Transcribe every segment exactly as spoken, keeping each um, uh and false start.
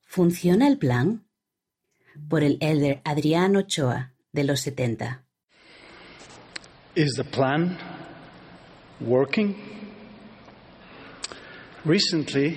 ¿Funciona el plan? Por el elder Adrián Ochoa, de los setenta. Is the plan working? Recently,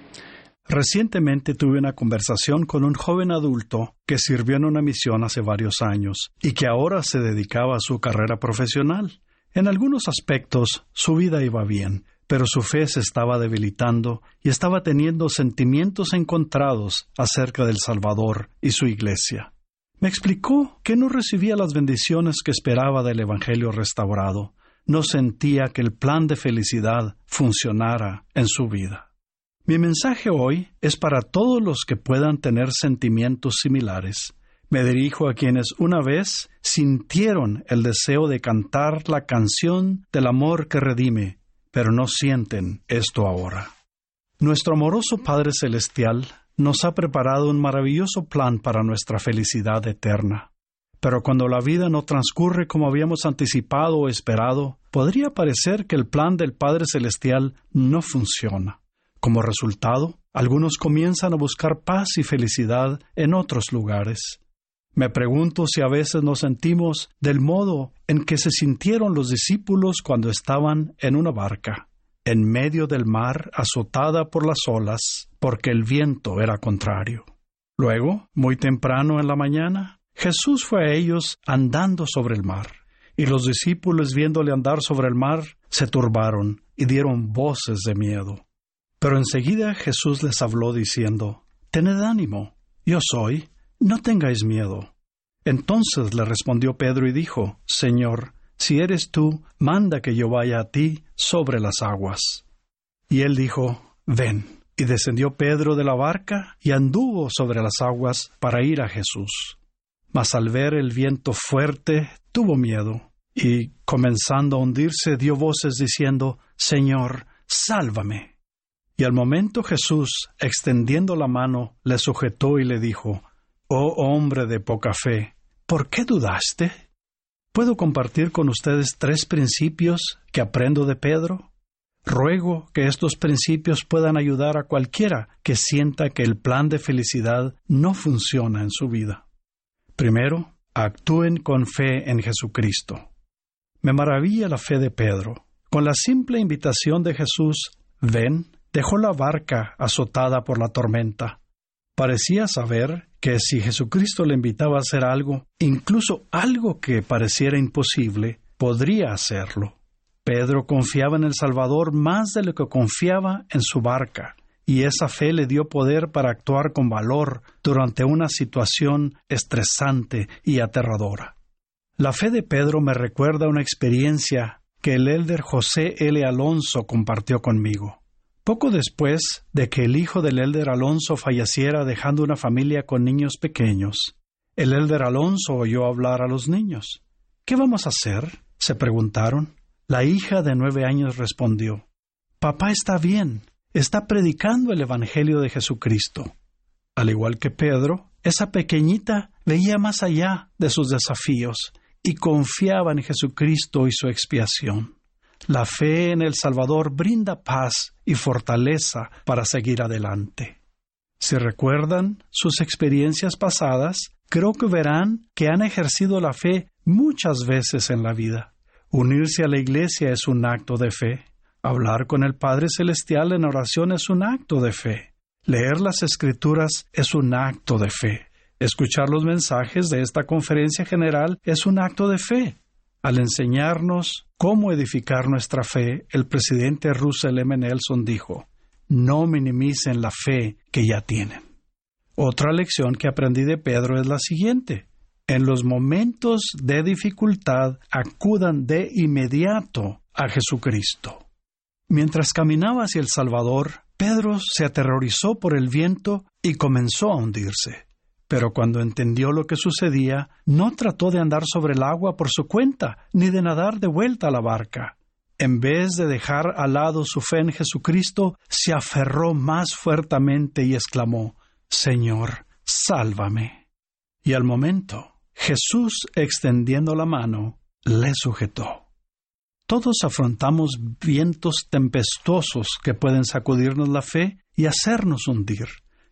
Recientemente tuve una conversación con un joven adulto que sirvió en una misión hace varios años y que ahora se dedicaba a su carrera profesional. En algunos aspectos, su vida iba bien, pero su fe se estaba debilitando y estaba teniendo sentimientos encontrados acerca del Salvador y su iglesia. Me explicó que no recibía las bendiciones que esperaba del Evangelio restaurado. No sentía que el plan de felicidad funcionara en su vida. Mi mensaje hoy es para todos los que puedan tener sentimientos similares. Me dirijo a quienes una vez sintieron el deseo de cantar la canción del amor que redime, pero no sienten esto ahora. Nuestro amoroso Padre Celestial nos ha preparado un maravilloso plan para nuestra felicidad eterna. Pero cuando la vida no transcurre como habíamos anticipado o esperado, podría parecer que el plan del Padre Celestial no funciona. Como resultado, algunos comienzan a buscar paz y felicidad en otros lugares. Me pregunto si a veces nos sentimos del modo en que se sintieron los discípulos cuando estaban en una barca, en medio del mar azotada por las olas, porque el viento era contrario. Luego, muy temprano en la mañana, Jesús fue a ellos andando sobre el mar, y los discípulos viéndole andar sobre el mar, se turbaron y dieron voces de miedo. Pero enseguida Jesús les habló diciendo, «Tened ánimo, yo soy, no tengáis miedo». Entonces le respondió Pedro y dijo, «Señor, si eres tú, manda que yo vaya a ti sobre las aguas». Y él dijo, «Ven». Y descendió Pedro de la barca y anduvo sobre las aguas para ir a Jesús. Mas al ver el viento fuerte, tuvo miedo, y comenzando a hundirse, dio voces diciendo, «Señor, sálvame». Y al momento Jesús, extendiendo la mano, le sujetó y le dijo, «Oh hombre de poca fe, ¿por qué dudaste?» ¿Puedo compartir con ustedes tres principios que aprendo de Pedro? Ruego que estos principios puedan ayudar a cualquiera que sienta que el plan de felicidad no funciona en su vida. Primero, actúen con fe en Jesucristo. Me maravilla la fe de Pedro. Con la simple invitación de Jesús, «Ven», dejó la barca azotada por la tormenta. Parecía saber que si Jesucristo le invitaba a hacer algo, incluso algo que pareciera imposible, podría hacerlo. Pedro confiaba en el Salvador más de lo que confiaba en su barca, y esa fe le dio poder para actuar con valor durante una situación estresante y aterradora. La fe de Pedro me recuerda una experiencia que el elder José L. Alonso compartió conmigo. Poco después de que el hijo del elder Alonso falleciera dejando una familia con niños pequeños, el elder Alonso oyó hablar a los niños. «¿Qué vamos a hacer?», se preguntaron. La hija de nueve años respondió, «Papá está bien, está predicando el Evangelio de Jesucristo». Al igual que Pedro, esa pequeñita veía más allá de sus desafíos y confiaba en Jesucristo y su expiación. La fe en el Salvador brinda paz y fortaleza para seguir adelante. Si recuerdan sus experiencias pasadas, creo que verán que han ejercido la fe muchas veces en la vida. Unirse a la iglesia es un acto de fe. Hablar con el Padre Celestial en oración es un acto de fe. Leer las Escrituras es un acto de fe. Escuchar los mensajes de esta conferencia general es un acto de fe. Al enseñarnos cómo edificar nuestra fe, el presidente Russell M. Nelson dijo, «No minimicen la fe que ya tienen». Otra lección que aprendí de Pedro es la siguiente. En los momentos de dificultad, acudan de inmediato a Jesucristo. Mientras caminaba hacia el Salvador, Pedro se aterrorizó por el viento y comenzó a hundirse. Pero cuando entendió lo que sucedía, no trató de andar sobre el agua por su cuenta, ni de nadar de vuelta a la barca. En vez de dejar al lado su fe en Jesucristo, se aferró más fuertemente y exclamó, «Señor, sálvame». Y al momento, Jesús, extendiendo la mano, le sujetó. Todos afrontamos vientos tempestuosos que pueden sacudirnos la fe y hacernos hundir.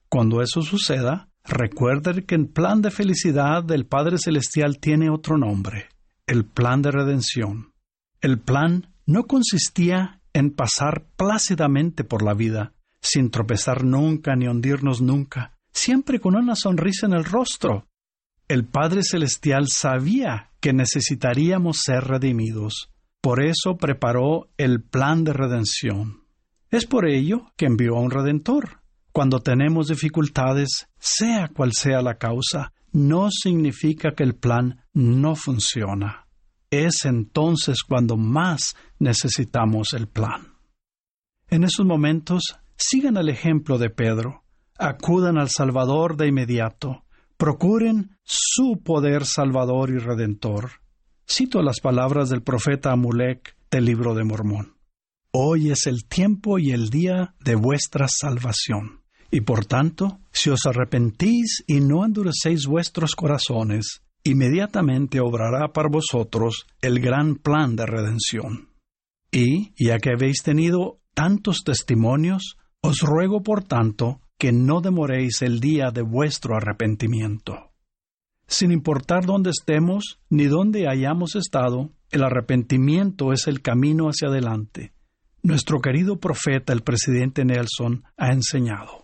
Cuando eso suceda, recuerde que el plan de felicidad del Padre Celestial tiene otro nombre, el plan de redención. El plan no consistía en pasar plácidamente por la vida, sin tropezar nunca ni hundirnos nunca, siempre con una sonrisa en el rostro. El Padre Celestial sabía que necesitaríamos ser redimidos. Por eso preparó el plan de redención. Es por ello que envió a un Redentor. Cuando tenemos dificultades, sea cual sea la causa, no significa que el plan no funciona. Es entonces cuando más necesitamos el plan. En esos momentos, sigan el ejemplo de Pedro. Acudan al Salvador de inmediato. Procuren su poder salvador y redentor. Cito las palabras del profeta Amulek del libro de Mormón. Hoy es el tiempo y el día de vuestra salvación. Y por tanto, si os arrepentís y no endurecéis vuestros corazones, inmediatamente obrará para vosotros el gran plan de redención. Y, ya que habéis tenido tantos testimonios, os ruego por tanto que no demoréis el día de vuestro arrepentimiento. Sin importar dónde estemos ni dónde hayamos estado, el arrepentimiento es el camino hacia adelante. Nuestro querido profeta, el presidente Nelson, ha enseñado.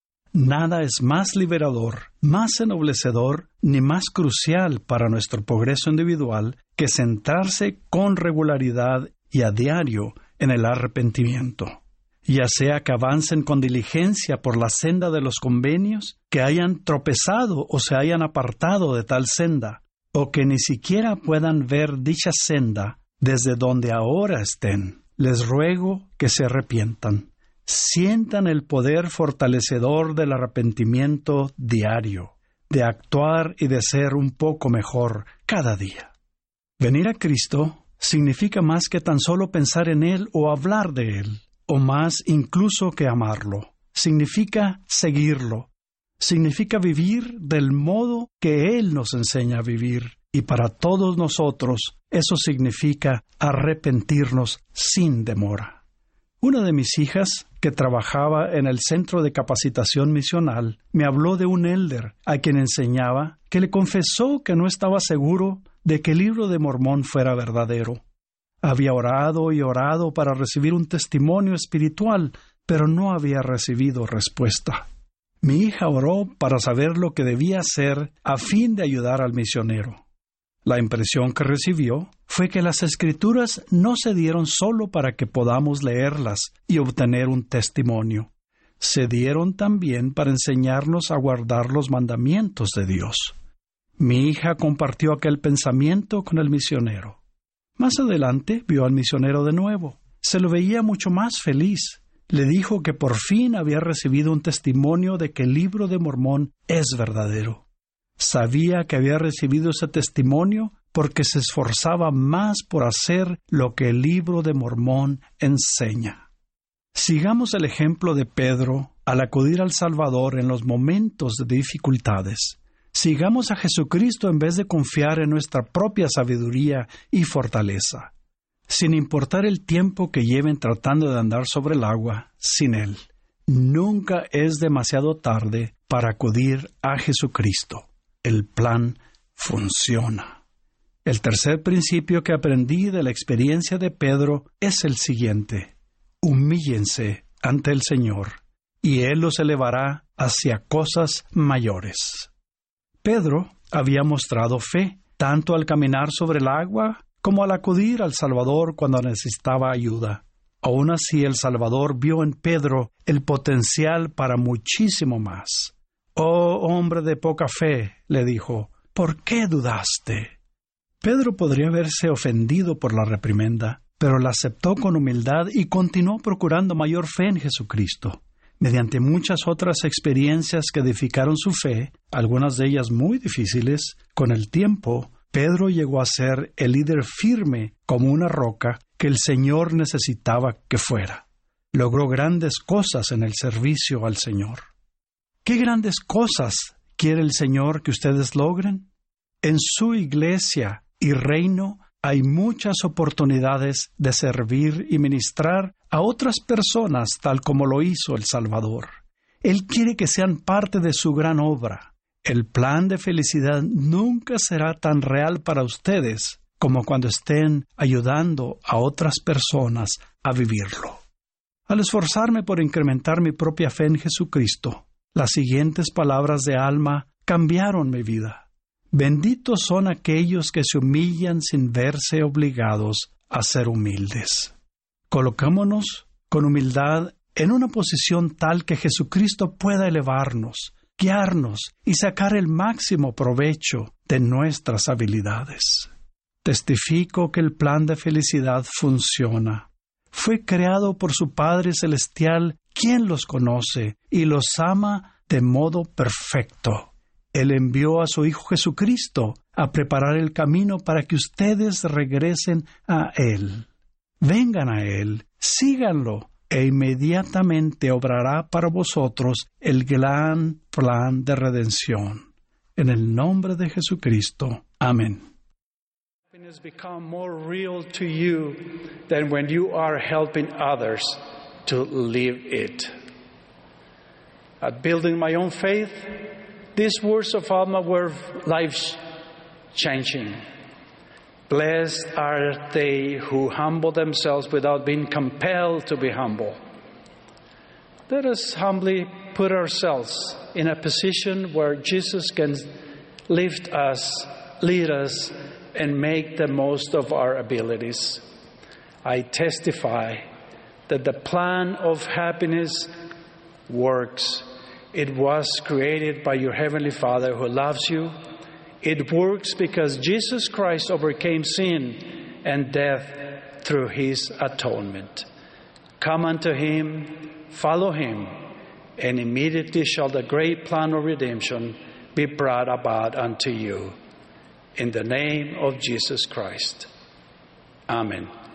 Nada es más liberador, más ennoblecedor, ni más crucial para nuestro progreso individual que centrarse con regularidad y a diario en el arrepentimiento. Ya sea que avancen con diligencia por la senda de los convenios, que hayan tropezado o se hayan apartado de tal senda, o que ni siquiera puedan ver dicha senda desde donde ahora estén. Les ruego que se arrepientan. Sientan el poder fortalecedor del arrepentimiento diario, de actuar y de ser un poco mejor cada día. Venir a Cristo significa más que tan solo pensar en Él o hablar de Él, o más incluso que amarlo. Significa seguirlo. Significa vivir del modo que Él nos enseña a vivir. Y para todos nosotros, eso significa arrepentirnos sin demora. Una de mis hijas, que trabajaba en el Centro de Capacitación Misional, me habló de un elder a quien enseñaba que le confesó que no estaba seguro de que el libro de Mormón fuera verdadero. Había orado y orado para recibir un testimonio espiritual, pero no había recibido respuesta. Mi hija oró para saber lo que debía hacer a fin de ayudar al misionero. La impresión que recibió fue que las Escrituras no se dieron solo para que podamos leerlas y obtener un testimonio. Se dieron también para enseñarnos a guardar los mandamientos de Dios. Mi hija compartió aquel pensamiento con el misionero. Más adelante vio al misionero de nuevo. Se lo veía mucho más feliz. Le dijo que por fin había recibido un testimonio de que el libro de Mormón es verdadero. Sabía que había recibido ese testimonio porque se esforzaba más por hacer lo que el libro de Mormón enseña. Sigamos el ejemplo de Pedro al acudir al Salvador en los momentos de dificultades. Sigamos a Jesucristo en vez de confiar en nuestra propia sabiduría y fortaleza, sin importar el tiempo que lleven tratando de andar sobre el agua sin Él. Nunca es demasiado tarde para acudir a Jesucristo. El plan funciona. El tercer principio que aprendí de la experiencia de Pedro es el siguiente. Humíllense ante el Señor, y Él los elevará hacia cosas mayores. Pedro había mostrado fe, tanto al caminar sobre el agua como al acudir al Salvador cuando necesitaba ayuda. Aún así, el Salvador vio en Pedro el potencial para muchísimo más. «Oh, hombre de poca fe», le dijo, «¿por qué dudaste?» Pedro podría haberse ofendido por la reprimenda, pero la aceptó con humildad y continuó procurando mayor fe en Jesucristo. Mediante muchas otras experiencias que edificaron su fe, algunas de ellas muy difíciles, con el tiempo, Pedro llegó a ser el líder firme como una roca que el Señor necesitaba que fuera. Logró grandes cosas en el servicio al Señor. ¿Qué grandes cosas quiere el Señor que ustedes logren? En su iglesia y reino hay muchas oportunidades de servir y ministrar a otras personas tal como lo hizo el Salvador. Él quiere que sean parte de su gran obra. El plan de felicidad nunca será tan real para ustedes como cuando estén ayudando a otras personas a vivirlo. Al esforzarme por incrementar mi propia fe en Jesucristo, las siguientes palabras de Alma cambiaron mi vida. Benditos son aquellos que se humillan sin verse obligados a ser humildes. Colocémonos con humildad en una posición tal que Jesucristo pueda elevarnos, guiarnos y sacar el máximo provecho de nuestras habilidades. Testifico que el plan de felicidad funciona. Fue creado por su Padre Celestial, quien los conoce y los ama de modo perfecto. Él envió a su Hijo Jesucristo a preparar el camino para que ustedes regresen a Él. Vengan a Él, síganlo, e inmediatamente obrará para vosotros el gran plan de redención. En el nombre de Jesucristo. Amén. Happiness become more real to you than when you are helping others to live it. At building my own faith, these words of Alma were life-changing. Blessed are they who humble themselves without being compelled to be humble. Let us humbly put ourselves in a position where Jesus can lift us, lead us, and make the most of our abilities. I testify that the plan of happiness works. It was created by your Heavenly Father who loves you. It works because Jesus Christ overcame sin and death through His atonement. Come unto Him, follow Him, and immediately shall the great plan of redemption be brought about unto you. In the name of Jesus Christ. Amen.